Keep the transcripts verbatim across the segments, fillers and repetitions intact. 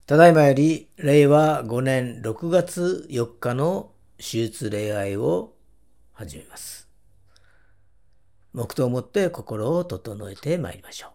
ただいまよりれいわごねんろくがつよっかの手術礼拝を始めます。黙祷をもって心を整えてまいりましょう。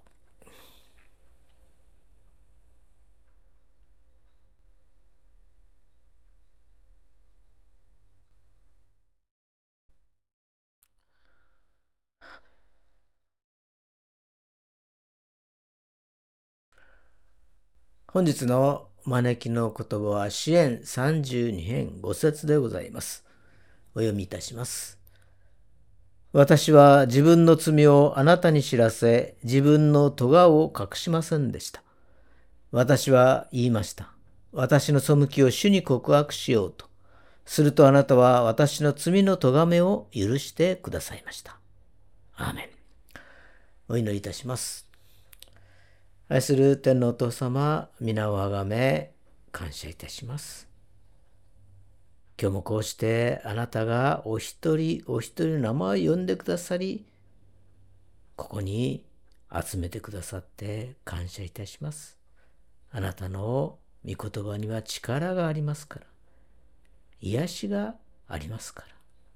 本日の招きの言葉は詩編さんじゅうに編ご節でございます。お読みいたします。私は自分の罪をあなたに知らせ、自分の咎を隠しませんでした。私は言いました。私の背きを主に告白しようと。するとあなたは私の罪の咎めを許してくださいました。アーメン。お祈りいたします。愛する天のお父様、皆をあがめ、感謝いたします。今日もこうしてあなたがお一人お一人の名前を呼んでくださり、ここに集めてくださって感謝いたします。あなたの御言葉には力がありますから、癒しがありますから、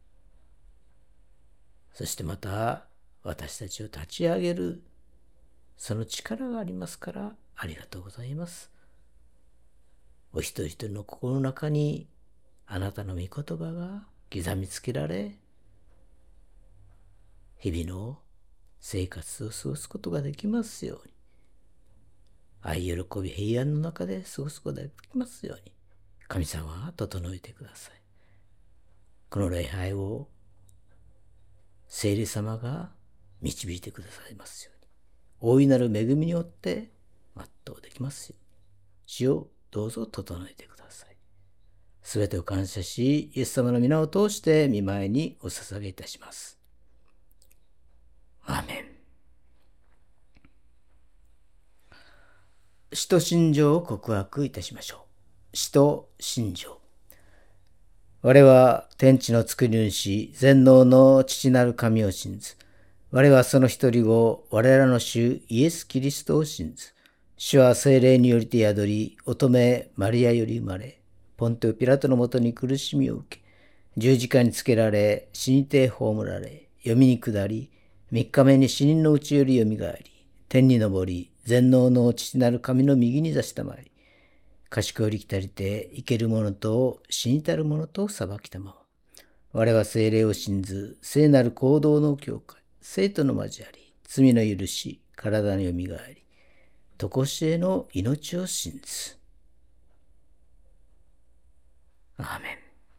そしてまた私たちを立ち上げるその力がありますから、ありがとうございます。お一人一人の心の中にあなたの御言葉が刻みつけられ、日々の生活を過ごすことができますように、愛、喜び、平安の中で過ごすことができますように、神様は整えてください。この礼拝を聖霊様が導いてくださいますように、大いなる恵みによって全うできますように、主をどうぞ整えてください。すべてを感謝し、イエス様の皆を通して御前にお捧げいたします。アーメン。使徒信条を告白いたしましょう。使徒信条。我は天地の作り主、全能の父なる神を信ず。我はその一人を、我らの主イエス・キリストを信ず。主は聖霊によりて宿り、乙女マリアより生まれ、ポンテオピラトのもとに苦しみを受け、十字架につけられ、死にて葬られ、読みに下り、三日目に死人のうちよりよみがえり、天に昇り、全能の父なる神の右に座したまわり、賢より来たりて、生ける者と死にたる者と裁きたまま。我は聖霊を信ず、聖なる行動の教会、聖徒の交わり、罪の許し、体のよみがえり、とこしえの命を信ず。アーメ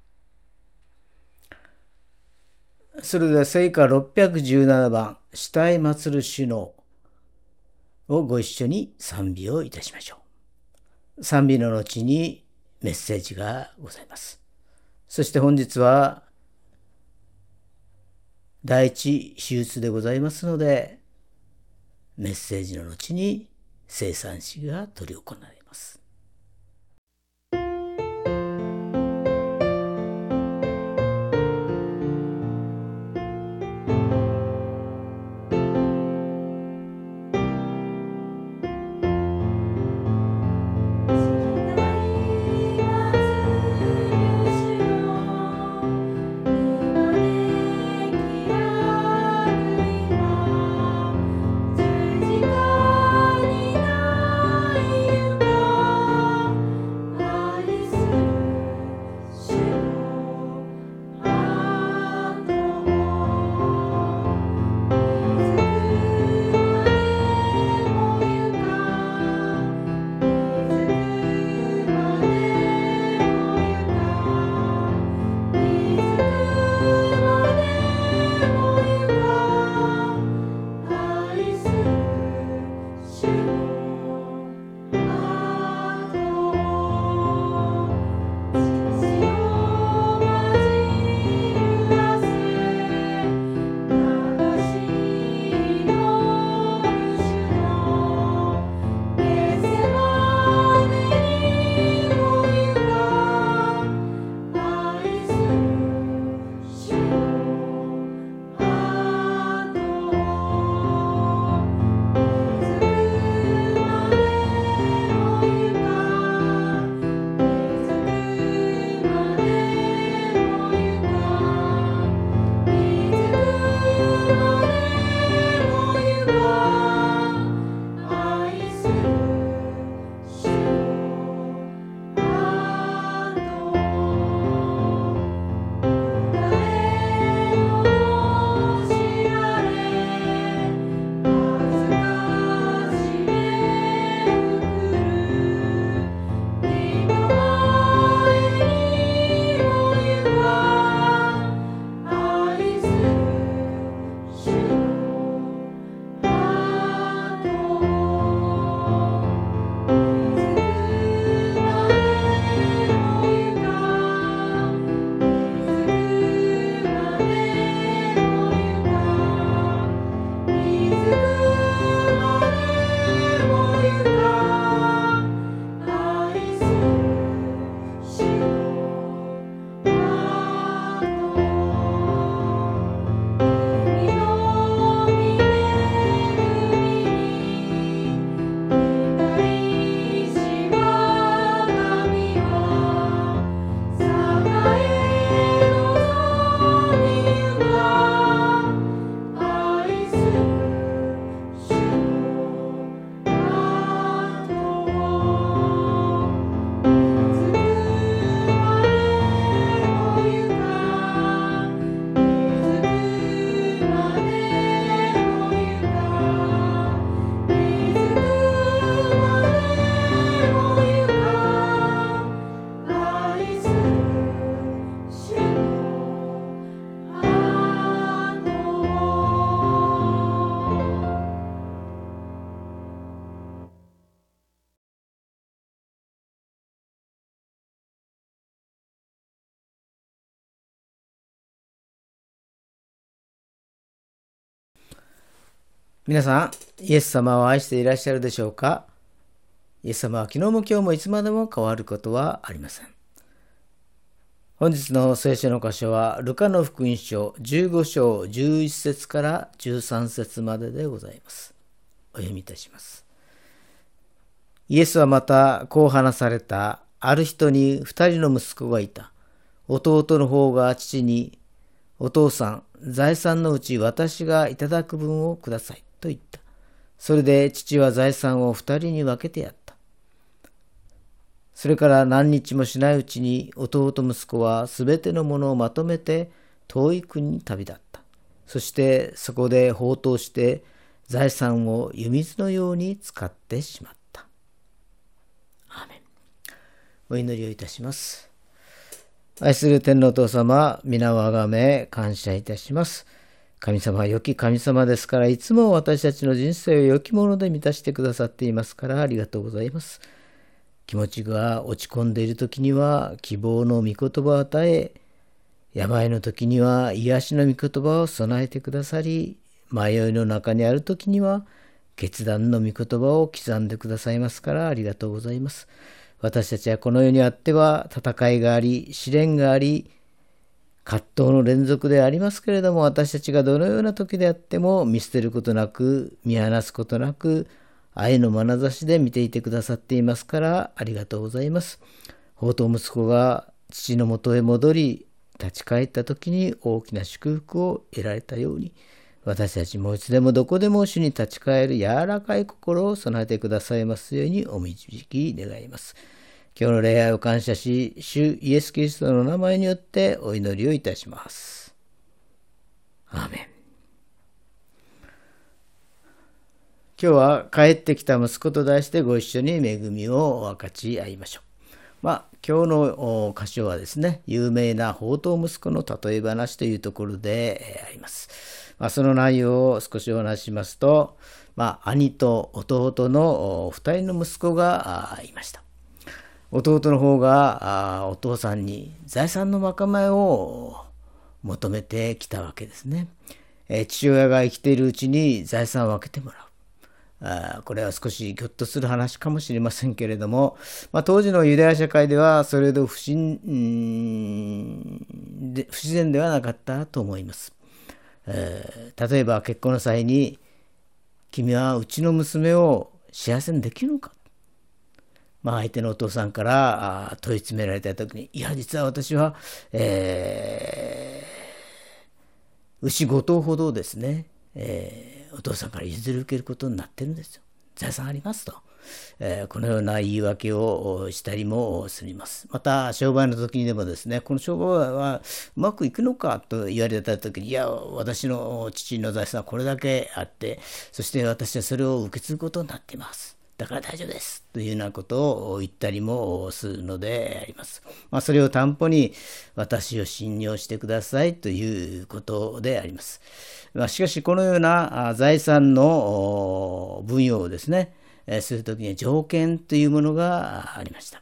ン。それでは聖歌ろっぴゃくじゅうななばん、死体祭る主のをご一緒に賛美をいたしましょう。賛美の後にメッセージがございます。そして本日は第一手術でございますので、メッセージの後に生産式が執り行われます。 十字架にない皆さん、イエス様を愛していらっしゃるでしょうか？イエス様は昨日も今日もいつまでも変わることはありません。本日の聖書の箇所は、ルカの福音書じゅうご章じゅういち節からじゅうさん節まででございます。お読みいたします。イエスはまたこう話された。ある人に二人の息子がいた。弟の方が父に、お父さん、財産のうち私がいただく分をくださいと言った。それで父は財産を二人に分けてやった。それから何日もしないうちに弟息子はすべてのものをまとめて遠い国に旅立った。そしてそこで放蕩して財産を湯水のように使ってしまった。アーメン。お祈りをいたします。愛する天皇お父様、皆をあがめ感謝いたします。神様は良き神様ですから、いつも私たちの人生を良きもので満たしてくださっていますから、ありがとうございます。気持ちが落ち込んでいる時には希望の御言葉を与え、病の時には癒しの御言葉を備えてくださり、迷いの中にある時には決断の御言葉を刻んでくださいますから、ありがとうございます。私たちはこの世にあっては戦いがあり、試練があり、葛藤の連続でありますけれども、私たちがどのような時であっても見捨てることなく、見放すことなく、愛の眼差しで見ていてくださっていますから、ありがとうございます。放蕩息子が父のもとへ戻り、立ち返った時に大きな祝福を得られたように、私たちもいつでもどこでも主に立ち返る柔らかい心を備えてくださいますようにお導き願います。今日の礼拝を感謝し、主イエス・キリストの名前によってお祈りをいたします。アーメン。今日は帰ってきた息子と題してご一緒に恵みを分かち合いましょう。まあ今日の箇所はですね、有名な放蕩息子の例え話というところであります。まあ、その内容を少しお話ししますと、まあ、兄と弟の二人の息子がいました。弟の方がお父さんに財産のまかまえを求めてきたわけですね。父親が生きているうちに財産を分けてもらう。あこれは少しギョッとする話かもしれませんけれども、まあ、当時のユダヤ社会ではそれほど不審で不自然ではなかったと思います。えー、例えば結婚の際に君はうちの娘を幸せにできるのか、まあ、相手のお父さんから問い詰められた時に、いや実は私は、えー、牛ご頭ほどですね、えーお父さんから譲り受けることになってるんですよ。財産ありますと、えー、このような言い訳をしたりもするます。また商売の時にでもですね、この商売はうまくいくのかと言われた時に、いや私の父の財産はこれだけあって、そして私はそれを受け継ぐことになっています、だから大丈夫ですというようなことを言ったりもするのであります。まあ、それを担保に私を信用してくださいということであります。まあ、しかしこのような財産の分与をですね、するときには条件というものがありました。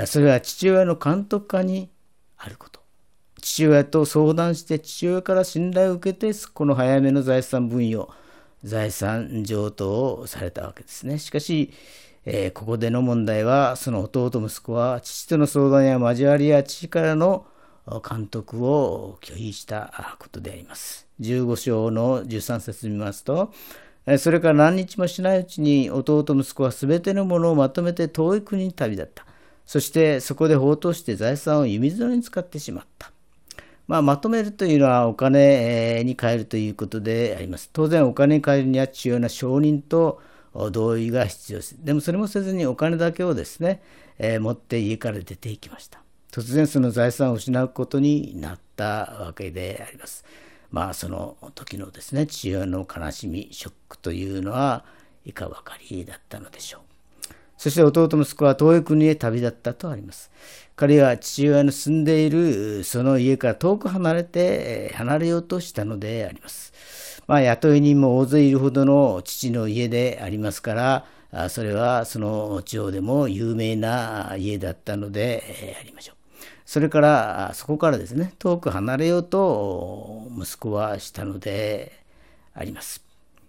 それは父親の監督下にあること。父親と相談して父親から信頼を受けて、この早めの財産分与、財産譲渡をされたわけですね。しかし、えー、ここでの問題は、その弟息子は父との相談や交わりや父からの監督を拒否したことであります。じゅうご章のじゅうさん節見ますと、それから何日もしないうちに弟息子はすべてのものをまとめて遠い国に旅立った。そしてそこで放蕩して財産を湯水のように使ってしまった。まあ、まとめるというのはお金に換えるということであります。当然お金に換えるには必要な承認と同意が必要です。でもそれもせずにお金だけをですね、えー、持って家から出ていきました。突然その財産を失うことになったわけであります。まあその時のですね、父親の悲しみ、ショックというのはいかばかりだったのでしょう。そして弟息子は遠い国へ旅立ったとあります。彼は父親の住んでいるその家から遠く離れて離れようとしたのであります。まあ雇い人も大勢いるほどの父の家でありますから、それはその地方でも有名な家だったのでありましょう。それからそこからですね、遠く離れようと息子はしたのであります。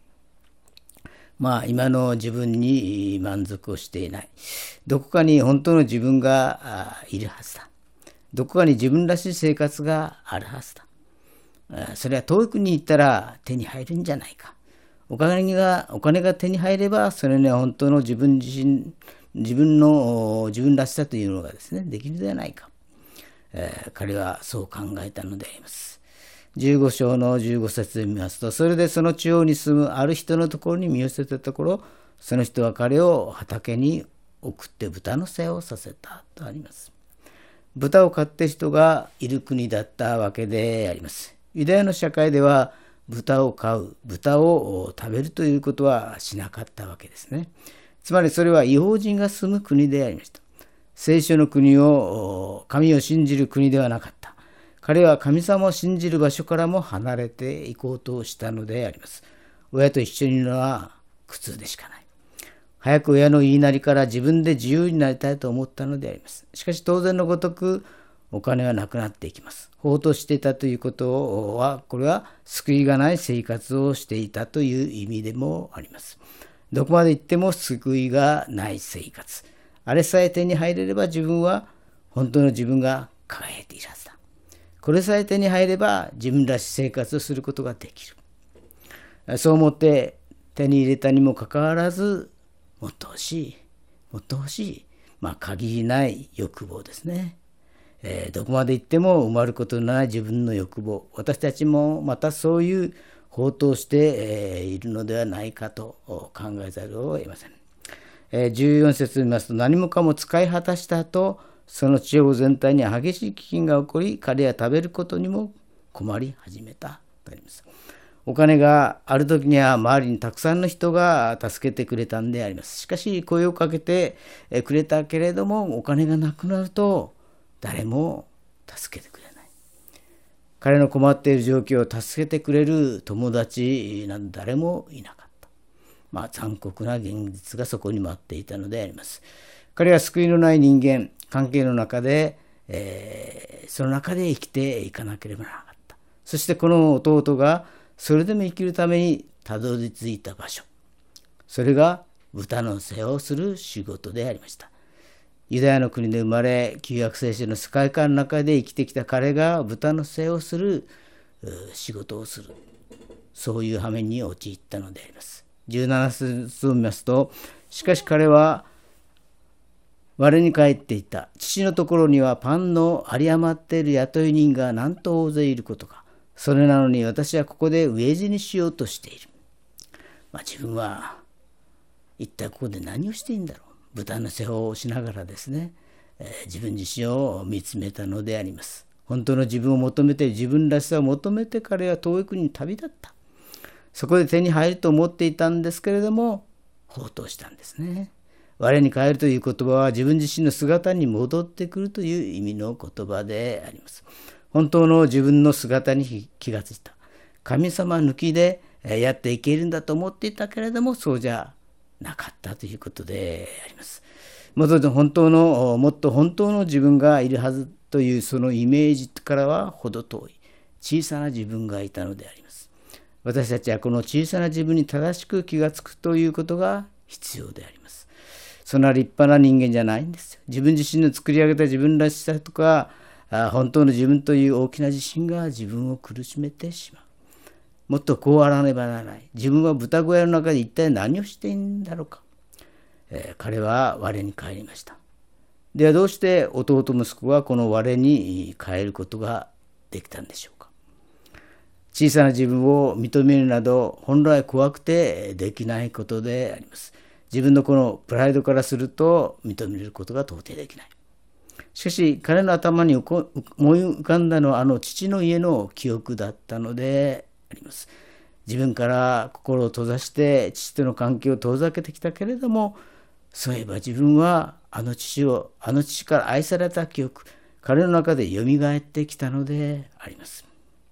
まあ今の自分に満足をしていない。どこかに本当の自分がいるはずだ。どこかに自分らしい生活があるはずだ。それは遠くに行ったら手に入るんじゃないか。お金が、お金が手に入れば、それには本当の自分自身、自分の、自分らしさというのがですね、できるではないか。えー、彼はそう考えたのであります。じゅうご章のじゅうご節で見ますと、それでその地方に住むある人のところに身を寄せたところ、その人は彼を畑に送って豚の世話をさせたとあります。豚を飼っている人がいる国だったわけであります。ユダヤの社会では豚を飼う、豚を食べるということはしなかったわけですね。つまりそれは異邦人が住む国でありました。聖書の国を、神を信じる国ではなかった。彼は神様を信じる場所からも離れていこうとしたのであります。親と一緒にいるのは苦痛でしかない。早く親の言いなりから自分で自由になりたいと思ったのであります。しかし当然のごとくお金はなくなっていきます。放蕩していたということは、これは救いがない生活をしていたという意味でもあります。どこまで行っても救いがない生活。あれさえ手に入れれば自分は本当の自分が輝いているはずだ。これさえ手に入れば自分らしい生活をすることができる。そう思って手に入れたにもかかわらず、もっと欲しい、もっと欲しい、まあ限りない欲望ですね。えー、どこまで行っても埋まることのない自分の欲望。私たちもまたそういう放蕩して、えー、いるのではないかと考えざるを得ません。えー、じゅうよん節を見ますと、何もかも使い果たした後、その地方全体に激しい飢饉が起こり、彼は食べることにも困り始めたとあります。お金がある時には周りにたくさんの人が助けてくれたんであります。しかし声をかけてくれたけれども、お金がなくなると誰も助けてくれない。彼の困っている状況を助けてくれる友達など誰もいなかった。まあ残酷な現実がそこに待っていたのであります。彼は救いのない人間関係の中で、えー、その中で生きていかなければならなかった。そしてこの弟がそれでも生きるためにたどり着いた場所、それが豚の世話をする仕事でありました。ユダヤの国で生まれ、旧約聖書の世界観の中で生きてきた彼が豚の世話をする仕事をする、そういう羽目に陥ったのであります。じゅうなな節を見ますと、しかし彼は我に帰っていた。父のところにはパンの有り余っている雇い人がなんと大勢いることか。それなのに私はここで飢え死にしようとしている。まあ、自分は一体ここで何をしていいんだろう。豚の世話をしながらですね、えー、自分自身を見つめたのであります。本当の自分を求めて、自分らしさを求めて彼は遠い国に旅立った。そこで手に入ると思っていたんですけれども、放蕩したんですね。我に返るという言葉は自分自身の姿に戻ってくるという意味の言葉であります。本当の自分の姿に気がついた。神様抜きでやっていけるんだと思っていたけれども、そうじゃなかったということであります。もっと本当の、もっと本当の自分がいるはずというそのイメージからは程遠い小さな自分がいたのであります。私たちはこの小さな自分に正しく気がつくということが必要であります。そんな立派な人間じゃないんですよ。自分自身の作り上げた自分らしさとか、本当の自分という大きな自信が自分を苦しめてしまう。もっとこうあらねばならない。自分は豚小屋の中で一体何をしているんだろうか。えー、彼は我に返りました。ではどうして弟息子はこの我に返ることができたんでしょうか。小さな自分を認めるなど本来怖くてできないことであります。自分のこのプライドからすると認めることが到底できない。しかし彼の頭に思い浮かんだのはあの父の家の記憶だったのであります。自分から心を閉ざして父との関係を遠ざけてきたけれども、そういえば自分はあの父をあの父から愛された記憶、彼の中でよみがえってきたのであります。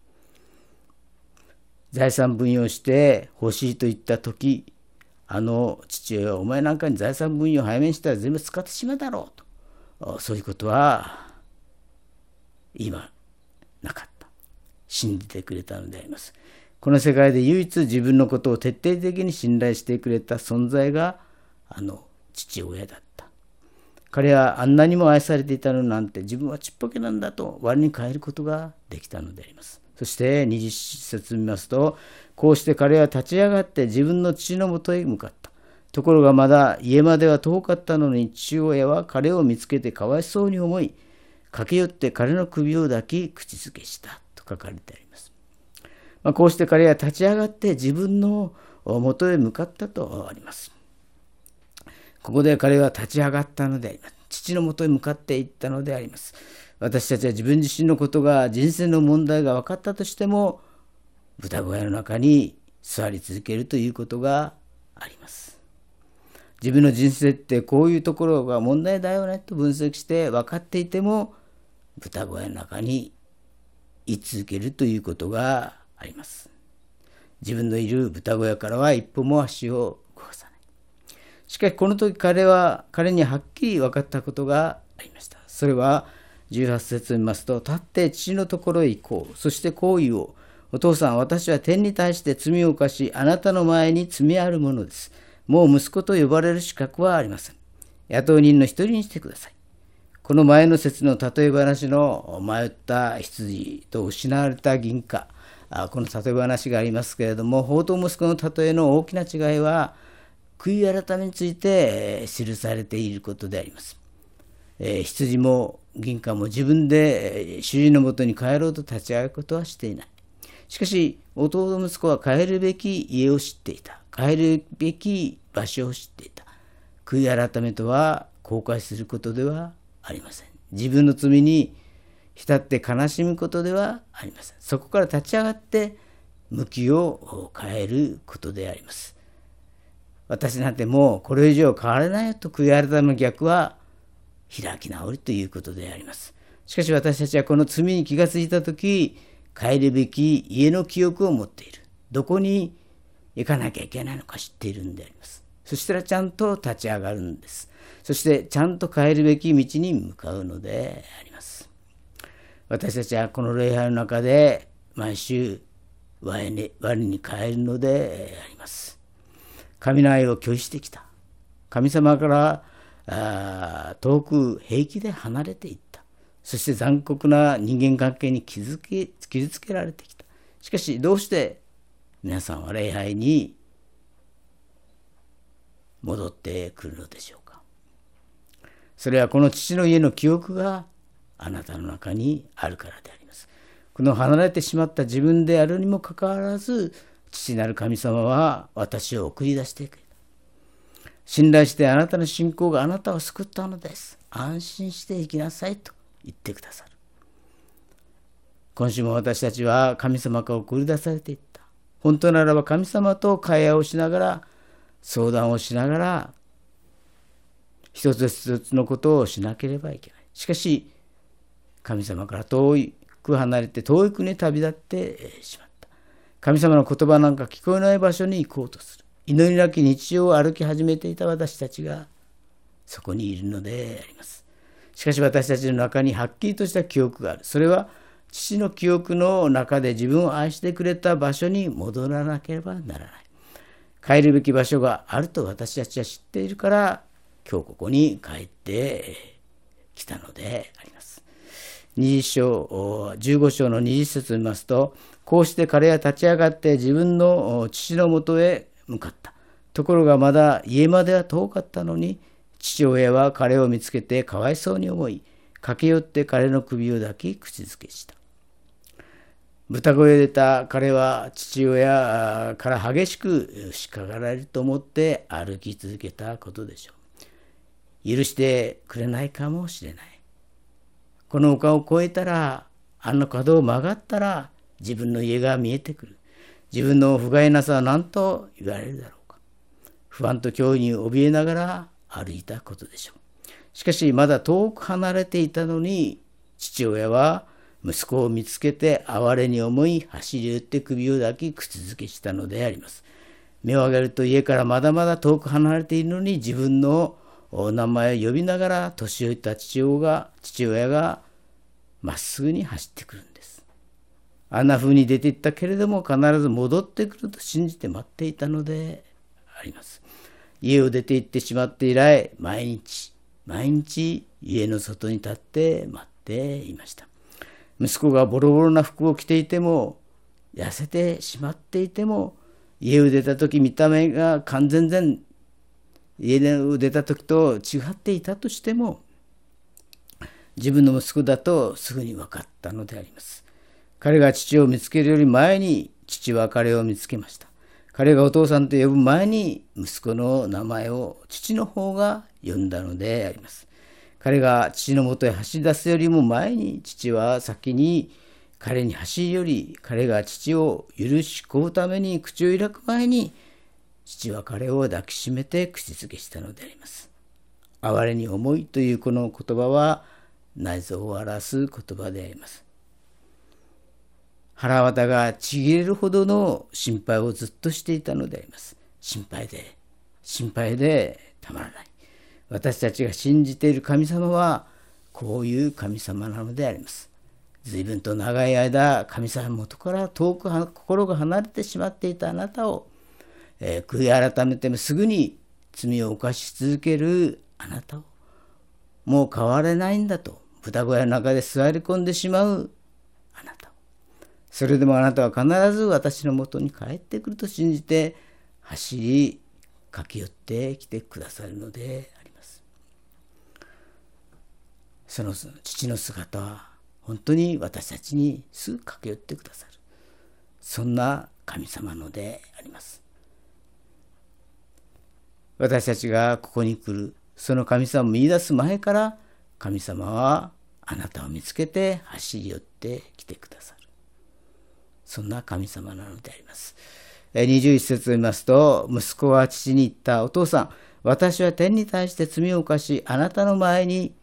財産分与して欲しいと言った時、あの父親はお前なんかに財産分与を早めにしたら全部使ってしまうだろうと、そういうことは今なかった。信じてくれたのであります。 この世界で唯一自分のことを徹底的に信頼してくれた存在があの父親だった。彼はあんなにも愛されていたのなんて、自分はちっぽけなんだと我に返ることができたのであります。そしてにじゅっ節見ますと、こうして彼は立ち上がって自分の父のもとへ向かった。ところがまだ家までは遠かったのに、父親は彼を見つけてかわいそうに思い、駆け寄って彼の首を抱き口づけしたと書かれてあります。まあ、こうして彼は立ち上がって自分のもとへ向かったとあります。ここで彼は立ち上がったのであります。父のもとへ向かっていったのであります。私たちは自分自身のことが、人生の問題が分かったとしても、豚小屋の中に座り続けるということがあります。自分の人生ってこういうところが問題だよねと分析して分かっていても、豚小屋の中に居続けるということがあります。自分のいる豚小屋からは一歩も足を動かさない。しかしこの時彼は彼にはっきり分かったことがありました。それはじゅうはち節を見ますと、立って父のところへ行こう。そしてこう言おう。お父さん、私は天に対して罪を犯し、あなたの前に罪あるものです。もう息子と呼ばれる資格はありません。雇い人の一人にしてください。この前の節の例え話の迷った羊と失われた銀貨、この例え話がありますけれども、放蕩息子の例えの大きな違いは、悔い改めについて記されていることであります。えー、羊も銀貨も自分で主人のもとに帰ろうと立ち上がることはしていない。しかし弟息子は帰るべき家を知っていた。帰るべき場所を知っていた。悔い改めとは後悔することではありません。自分の罪に浸って悲しむことではありません。そこから立ち上がって向きを変えることであります。私なんてもうこれ以上変われないよと悔い改めの逆は開き直りということであります。しかし私たちはこの罪に気がついたとき、帰るべき家の記憶を持っている。どこに行かなきゃいけないのか知っているんであります。そしたらちゃんと立ち上がるんです。そしてちゃんと帰るべき道に向かうのであります。私たちはこの礼拝の中で毎週我に、我に帰るのであります。神の愛を拒否してきた。神様からあ遠く平気で離れていった。そして残酷な人間関係に傷つけ、傷つけられてきた。しかしどうして皆さんは礼拝に戻ってくるのでしょうか。それはこの父の家の記憶があなたの中にあるからであります。この離れてしまった自分であるにもかかわらず、父なる神様は私を送り出してくれた。信頼してあなたの信仰があなたを救ったのです。安心して生きなさいと言ってくださる。今週も私たちは神様から送り出されていった。本当ならば神様と会話をしながら、相談をしながら、一つ一つのことをしなければいけない。しかし、神様から遠く離れて遠い国に旅立ってしまった。神様の言葉なんか聞こえない場所に行こうとする。祈りなき日常を歩き始めていた私たちがそこにいるのであります。しかし私たちの中にはっきりとした記憶がある。それは父の記憶の中で自分を愛してくれた場所に戻らなければならない。帰るべき場所があると私たちは知っているから、今日ここに帰ってきたのであります。にじゅう章、じゅうご章のにじゅっ節を見ますと、こうして彼は立ち上がって自分の父のもとへ向かった。ところがまだ家までは遠かったのに、父親は彼を見つけてかわいそうに思い、駆け寄って彼の首を抱き口づけした。豚小屋で出た彼は父親から激しく叱られると思って歩き続けたことでしょう。許してくれないかもしれない。この丘を越えたら、あの角を曲がったら自分の家が見えてくる。自分の不甲斐なさは何と言われるだろうか。不安と脅威に怯えながら歩いたことでしょう。しかしまだ遠く離れていたのに、父親は息子を見つけて哀れに思い、走り寄って首を抱き口づけしたのであります。目を上げると家からまだまだ遠く離れているのに、自分の名前を呼びながら年老いた父親が父親がまっすぐに走ってくるんです。 あんな風に出ていったけれども必ず戻ってくると信じて待っていたのであります。家を出て行ってしまって以来、毎日毎日家の外に立って待っていました。息子がボロボロな服を着ていても、痩せてしまっていても、家を出た時見た目が完全然家を出た時と違っていたとしても、自分の息子だとすぐに分かったのであります。彼が父を見つけるより前に父は彼を見つけました。彼がお父さんと呼ぶ前に息子の名前を父の方が呼んだのであります。彼が父のもとへ走り出すよりも前に父は先に彼に走り寄り、彼が父を許し請うために口を開く前に父は彼を抱きしめて口づけしたのであります。哀れに思いというこの言葉は内臓を表す言葉であります。腹渡がちぎれるほどの心配をずっとしていたのであります。心配で心配でたまらない。私たちが信じている神様はこういう神様なのであります。随分と長い間神様の元から遠く心が離れてしまっていたあなたを、えー、悔い改めてもすぐに罪を犯し続けるあなたを、もう変われないんだと豚小屋の中で座り込んでしまうあなたを、それでもあなたは必ず私のもとに帰ってくると信じて走り駆け寄ってきてくださるのであります。その父の姿は本当に私たちにすぐ駆け寄ってくださる、そんな神様のであります。私たちがここに来るその神様を見出す前から神様はあなたを見つけて走り寄ってきてくださる、そんな神様なのであります。にじゅういち節を見ますと、息子は父に言った。お父さん、私は天に対して罪を犯し、あなたの前に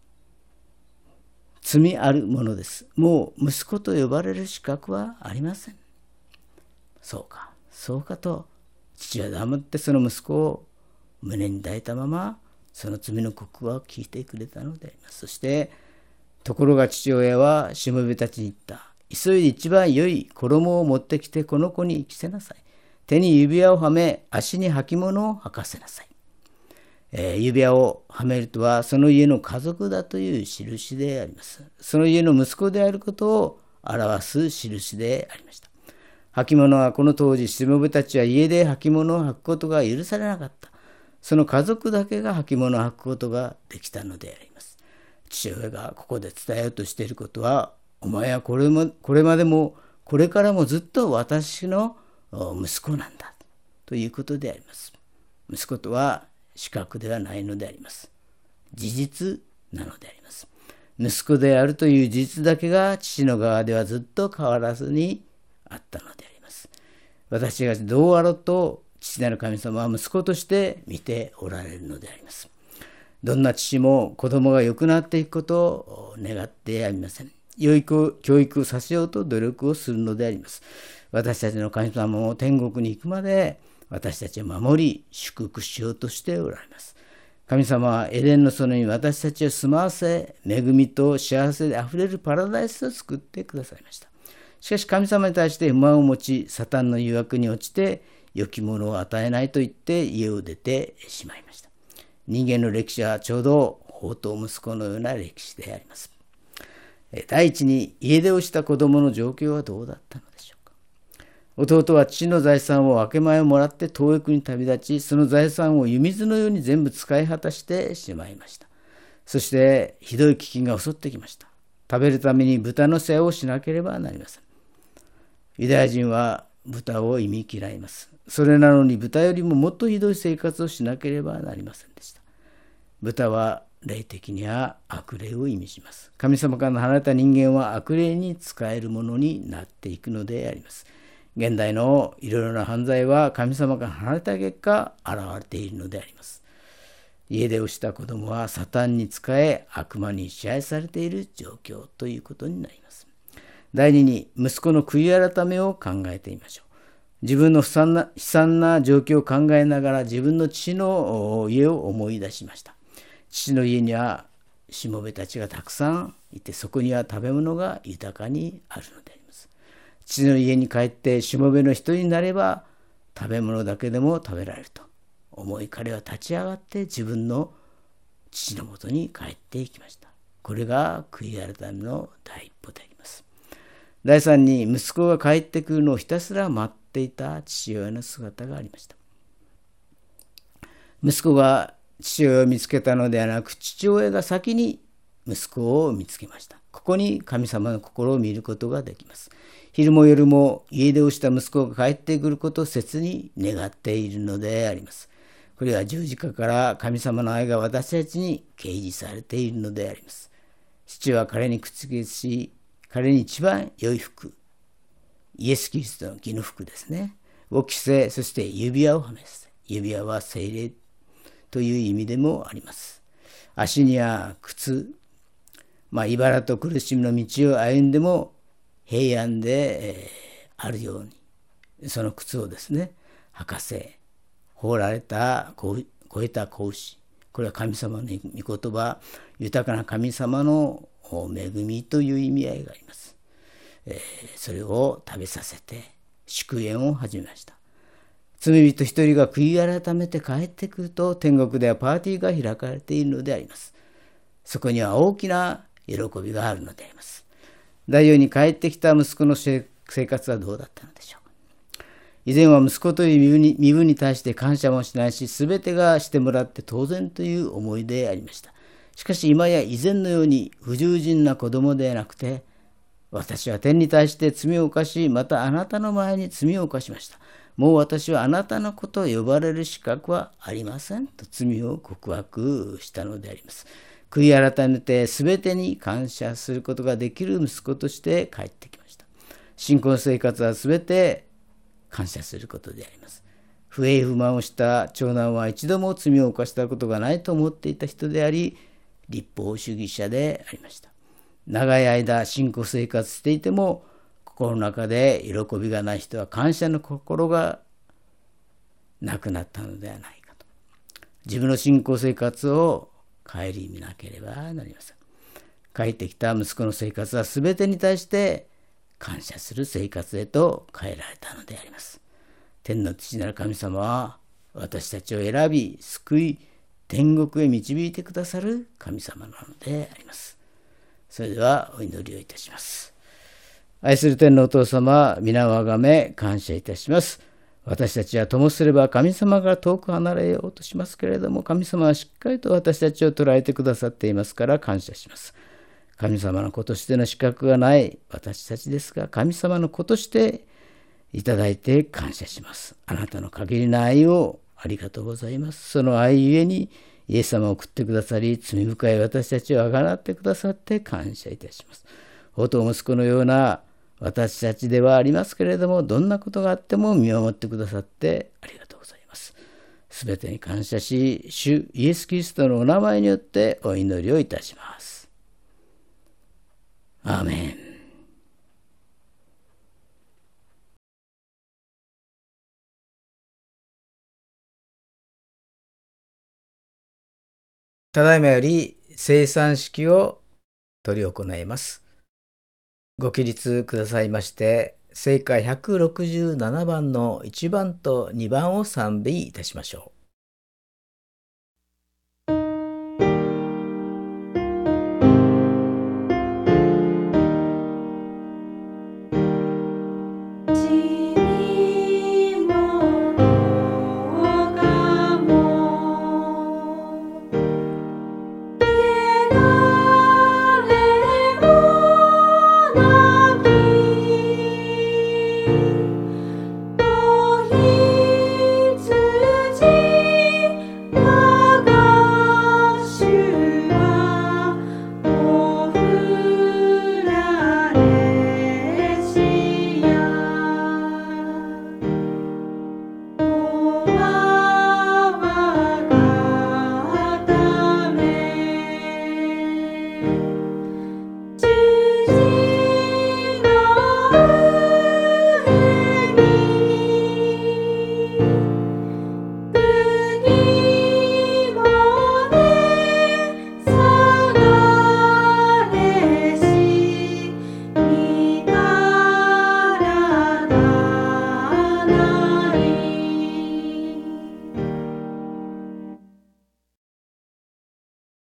罪あるものです。もう息子と呼ばれる資格はありません。そうか、そうかと、父は黙ってその息子を胸に抱いたまま、その罪の告白を聞いてくれたのであります。そして、ところが父親はしもべたちに言った。急いで一番良い衣を持ってきてこの子に着せなさい。手に指輪をはめ、足に履物を履かせなさい。えー、指輪をはめるとはその家の家族だという印であります。その家の息子であることを表す印でありました。履物はこの当時、しもべたちは家で履物を履くことが許されなかった。その家族だけが履物を履くことができたのであります。父親がここで伝えようとしていることは、お前はこれも、これまでもこれからもずっと私の息子なんだということであります。息子とは資格ではないのであります。事実なのであります。息子であるという事実だけが父の側ではずっと変わらずにあったのであります。私がどうあろうと父なる神様は息子として見ておられるのであります。どんな父も子供が良くなっていくことを願ってやみません。良い教育をさせようと努力をするのであります。私たちの神様も天国に行くまで私たちを守り祝福しようとしておられます。神様はエデンの園に私たちを住まわせ、恵みと幸せであふれるパラダイスを作ってくださいました。しかし神様に対して不満を持ち、サタンの誘惑に落ちて良きものを与えないと言って家を出てしまいました。人間の歴史はちょうど放蕩息子のような歴史であります。第一に、家出をした子供の状況はどうだったのでしょうか。弟は父の財産を分け前をもらって遠くに旅立ち、その財産を湯水のように全部使い果たしてしまいました。そしてひどい飢饉が襲ってきました。食べるために豚の世話をしなければなりません。ユダヤ人は豚を忌み嫌います。それなのに豚よりももっとひどい生活をしなければなりませんでした。豚は霊的には悪霊を意味します。神様から離れた人間は悪霊に仕えるものになっていくのであります。現代のいろいろな犯罪は神様から離れた結果現れているのであります。家出をした子供はサタンに仕え悪魔に支配されている状況ということになります。第二に、息子の悔い改めを考えてみましょう。自分の悲惨な、悲惨な状況を考えながら自分の父の家を思い出しました。父の家にはしもべたちがたくさんいて、そこには食べ物が豊かにあるのであります。 父の家に帰ってしもべの一人になれば食べ物だけでも食べられると思い、彼は立ち上がって自分の父のもとに帰っていきました。これが悔い改めの第一歩であります。第三に、息子が帰ってくるのをひたすら待っていた父親の姿がありました。息子が父親を見つけたのではなく、父親が先に息子を見つけました。ここに神様の心を見ることができます。昼も夜も家出をした息子が帰ってくることを切に願っているのであります。これは十字架から神様の愛が私たちに掲示されているのであります。父は彼に口づけし、彼に一番良い服、イエス・キリストの義の服ですね、を着せ、そして指輪をはめせ、指輪は聖霊という意味でもあります。足には靴、まあ、茨と苦しみの道を歩んでも平安で、えー、あるように、その靴をですね、履かせ、放られた肥えた子牛、これは神様の御言葉、豊かな神様の恵みという意味合いがあります。えー、それを食べさせて祝宴を始めました。罪人一人が悔い改めて帰ってくると、天国ではパーティーが開かれているのであります。そこには大きな喜びがあるのであります。第四に、帰ってきた息子の生活はどうだったのでしょうか。以前は息子という身分に、身分に対して感謝もしないし、すべてがしてもらって当然という思いでありました。しかし今や以前のように不従順な子供ではなくて、私は天に対して罪を犯し、またあなたの前に罪を犯しました。もう私はあなたのことを呼ばれる資格はありませんと罪を告白したのであります。悔い改めて全てに感謝することができる息子として帰ってきました。信仰生活は全て感謝することであります。不平不満をした長男は一度も罪を犯したことがないと思っていた人であり、立法主義者でありました。長い間信仰生活していても、心の中で喜びがない人は感謝の心がなくなったのではないかと。自分の信仰生活を顧みなければなりません。帰ってきた息子の生活は全てに対して感謝する生活へと変えられたのであります。天の父なる神様は私たちを選び、救い、天国へ導いてくださる神様なのであります。それではお祈りをいたします。愛する天のお父様、皆をあがめ感謝いたします。私たちはともすれば神様から遠く離れようとしますけれども、神様はしっかりと私たちを捉えてくださっていますから感謝します。神様の子としての資格がない私たちですが、神様の子としていただいて感謝します。あなたの限りの愛をありがとうございます。その愛ゆえにイエス様を送ってくださり、罪深い私たちをあがなってくださって感謝いたします。父と息子のような私たちではありますけれども、どんなことがあっても見守ってくださってありがとうございます。すべてに感謝し、主イエス・キリストのお名前によってお祈りをいたします。アーメン。 ただいまより聖餐式を執り行います。ご起立くださいまして、聖歌ひゃくろくじゅうななばんのいちばんとにばんを賛美いたしましょう。 「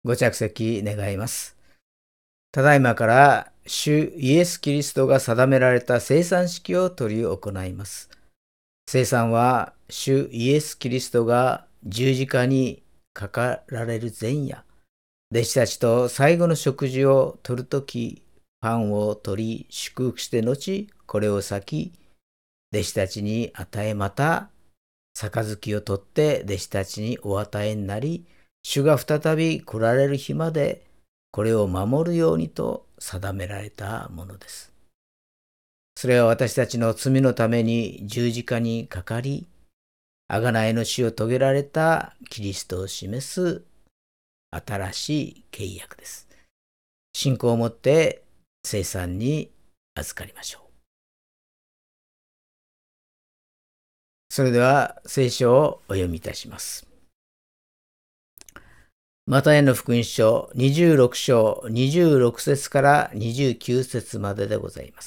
ご着席願います。ただいまから主イエス・キリストが定められた聖餐式を執り行います。聖餐は主イエス・キリストが十字架にかかられる前夜、弟子たちと最後の食事をとるとき、パンを取り祝福して後、これを裂き、弟子たちに与え、また杯を取って弟子たちにお与えになり、主が再び来られる日までこれを守るようにと定められたものです。それは私たちの罪のために十字架にかかり、贖いの死を遂げられたキリストを示す新しい契約です。信仰をもって聖餐に預かりましょう。それでは聖書をお読みいたします。マタイの福音書にじゅうろく章にじゅうろく節からにじゅうきゅう節まででございます。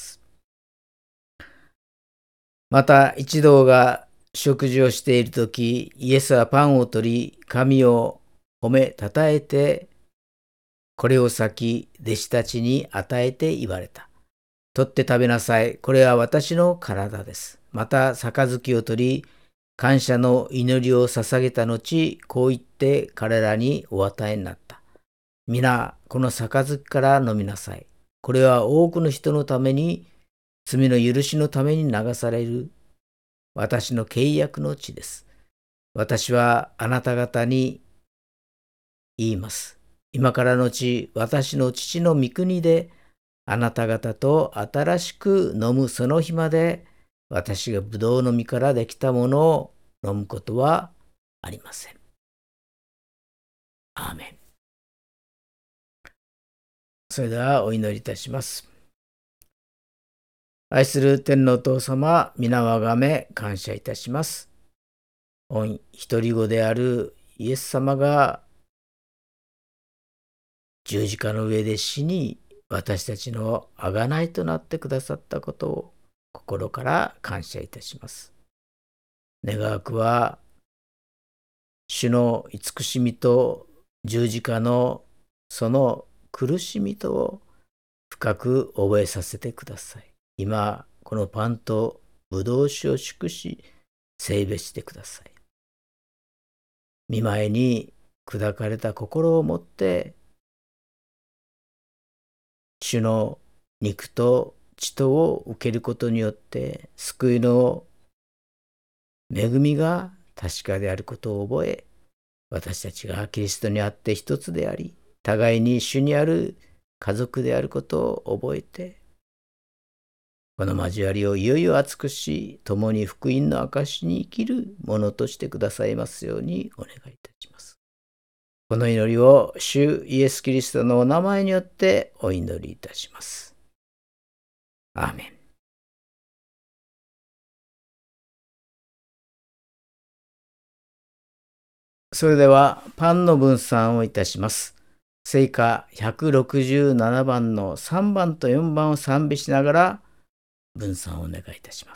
また一同が食事をしているとき、イエスはパンを取り、神を褒めたたえて、これを裂き、弟子たちに与えて言われた。取って食べなさい。これは私の体です。また杯を取り、感謝の祈りを捧げた後、こう言って彼らにお与えになった。皆、この杯から飲みなさい。これは多くの人のために、罪の許しのために流される私の契約の地です。私はあなた方に言います。今からのち、私の父の御国で、あなた方と新しく飲むその日まで、私がブドウの実からできたものを飲むことはありません。アーメン。それではお祈りいたします。愛する天のお父様、皆をあがめ感謝いたします。御一人子であるイエス様が十字架の上で死に、私たちの贖いとなってくださったことを心から感謝いたします。願わくは、主の慈しみと十字架のその苦しみとを深く覚えさせてください。今、このパンとぶどう酒を祝し、聖別してください。御前に砕かれた心を持って、主の肉と血とを受けることによって、救いの恵みが確かであることを覚え、私たちがキリストにあって一つであり、互いに主にある家族であることを覚えて、この交わりをいよいよ厚くし、共に福音の証に生きるものとしてくださいますようにお願いいたします。この祈りを主イエス・キリストのお名前によってお祈りいたします。アーメン。それではパンの分散をいたします。聖歌ひゃくろくじゅうななばんのさんばんとよんばんを賛美しながら分散をお願いいたします。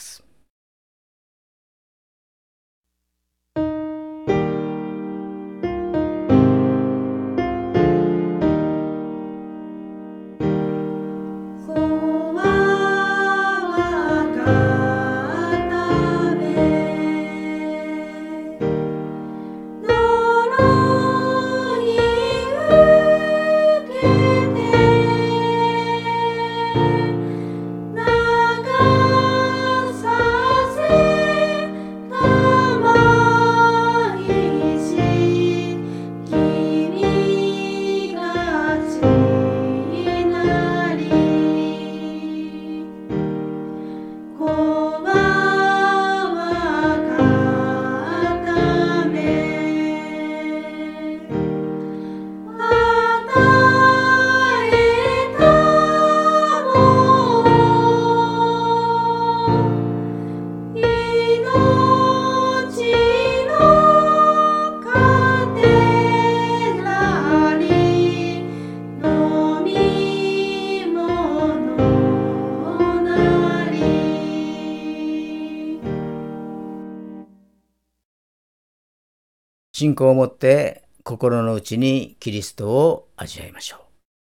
信仰をもって心の内にキリストを味わいましょう。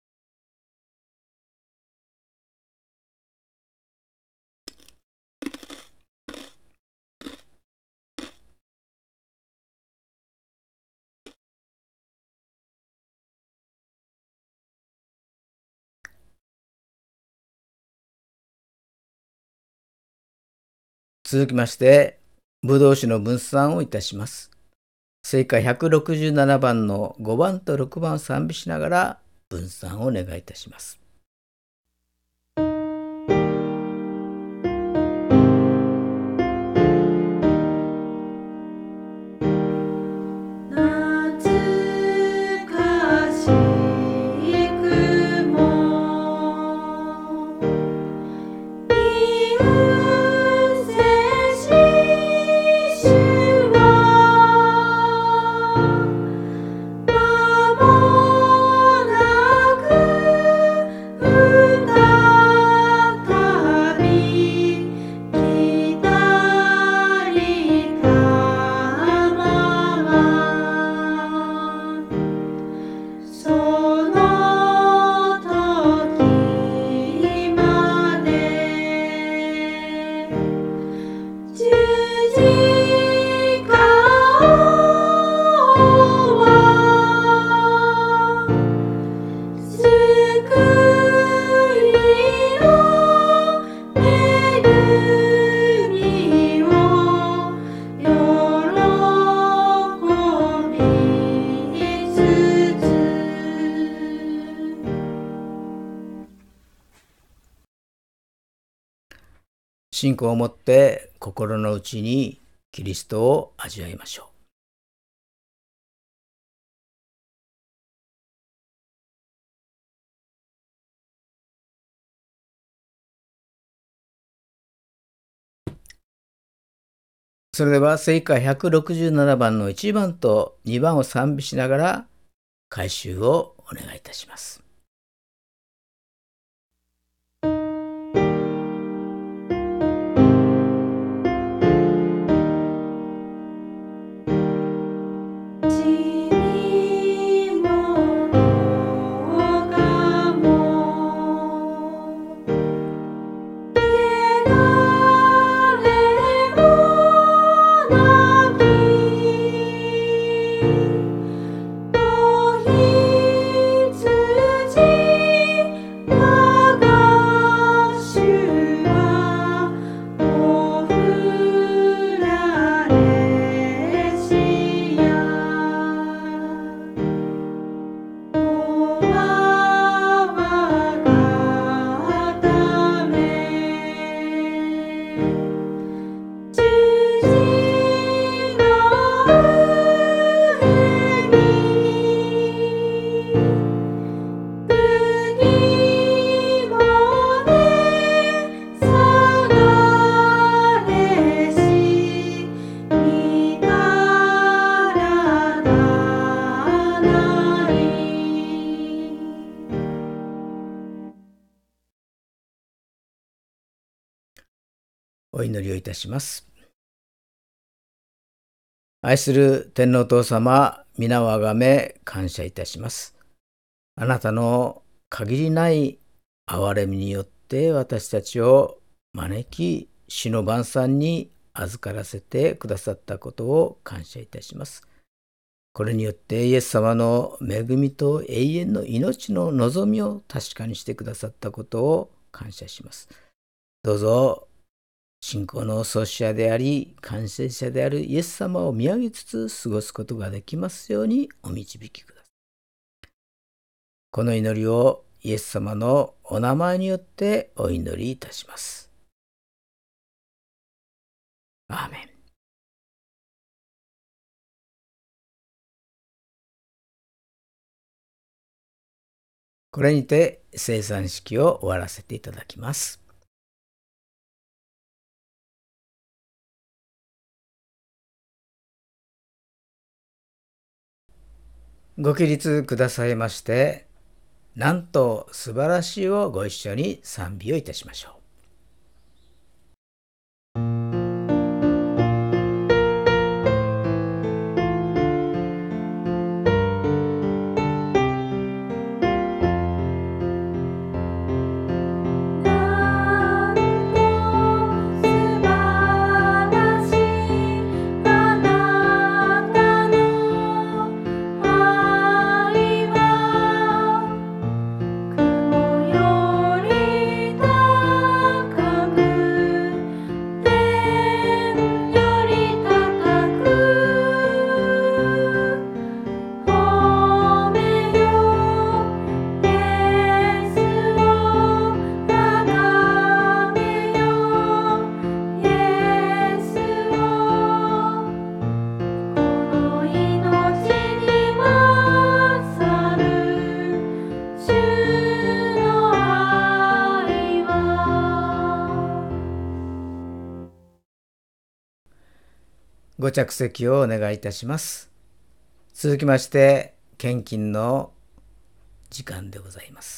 続きまして、ブドウ酒の分散をいたします。聖歌ひゃくろくじゅうななばんのごばんとろくばんを賛美しながら分散をお願いいたします。信仰を持って心の内にキリストを味わいましょう。それでは聖歌ひゃくろくじゅうななばんのいちばんとにばんを賛美しながら改宗をお願いいたします。お祈りをいたします。愛する天皇父様、皆をあがめ感謝いたします。あなたの限りない憐れみによって私たちを招き、死の晩餐に預からせてくださったことを感謝いたします。これによってイエス様の恵みと永遠の命の望みを確かにしてくださったことを感謝します。どうぞ信仰の創始者であり完成者であるイエス様を見上げつつ過ごすことができますようにお導きください。この祈りをイエス様のお名前によってお祈りいたします。アーメン。これにて聖餐式を終わらせていただきます。ご起立くださいまして、なんと素晴らしいをご一緒に賛美をいたしましょう。 ご着席をお願いいたします。続きまして、献金の時間でございます。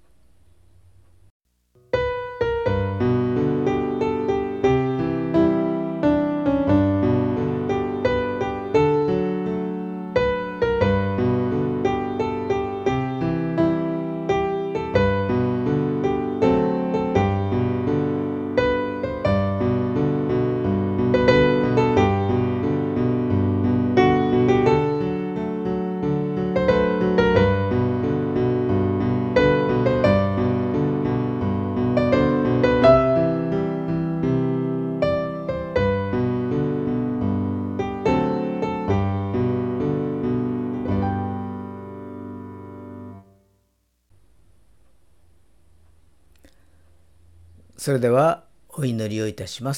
それではお祈りをいたします。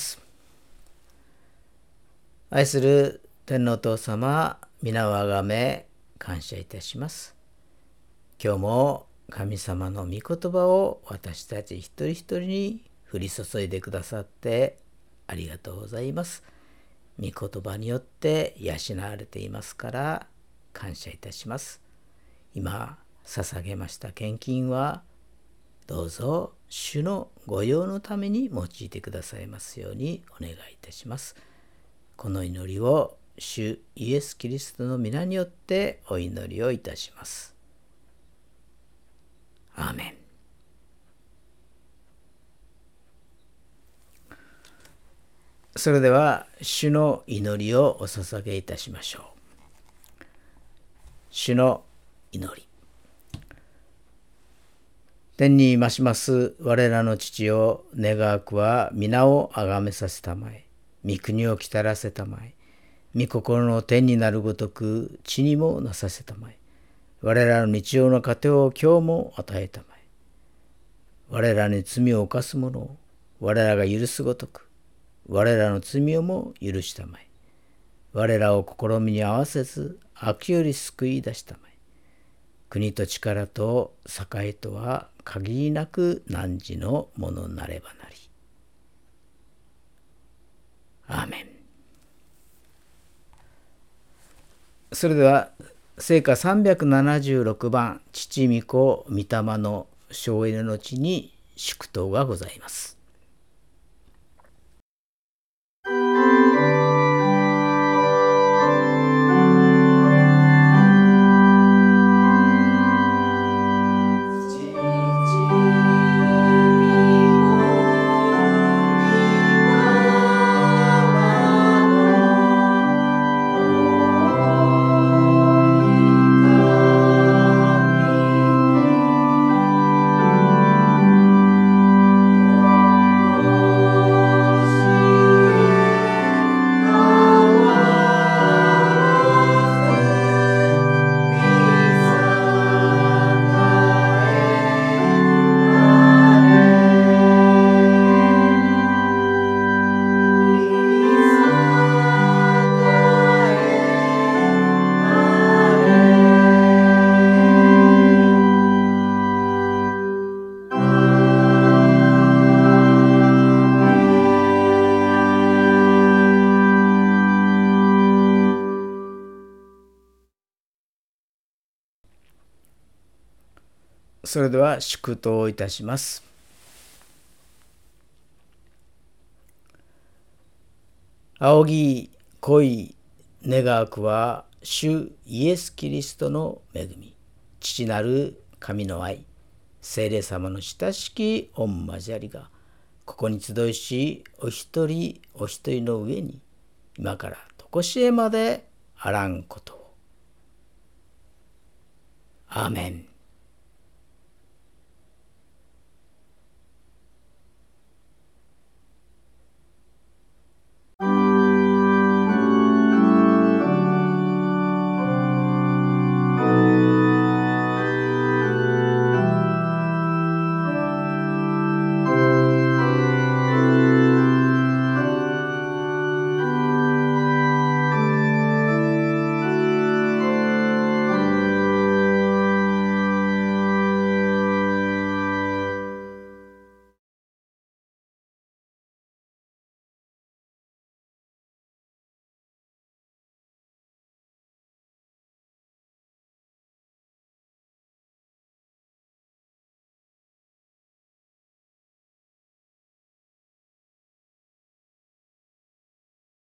愛する天皇お父様、皆をあがめ感謝いたします。今日も神様の御言葉を私たち一人一人に降り注いでくださってありがとうございます。御言葉によって養われていますから感謝いたします。今捧げました献金はどうぞ主の御用のために用いてくださいますようにお願いいたします。この祈りを主イエス・キリストの皆によってお祈りをいたします。アーメン。それでは主の祈りをお捧げいたしましょう。主の祈り。天に増します我らの父を願わくは皆をあがめさせたまえ、御国をきたらせたまえ、御心の天になるごとく地にもなさせたまえ、我らの日常の糧を今日も与えたまえ、我らに罪を犯す者を我らが許すごとく、我らの罪をも許したまえ、我らを試みに合わせず悪より救い出したまえ、国と力と栄とは限りなく汝のものなればなり。アーメン。それでは聖歌さんびゃくななじゅうろくばん、父御子御霊の省エネの地に祝祷がございます。それでは祝祷をいたします。仰ぎ恋願わくは主イエス・キリストの恵み、父なる神の愛、聖霊様の親しき御交わりがここに集いし、お一人お一人の上に今からとこしえまであらんことを。アーメン。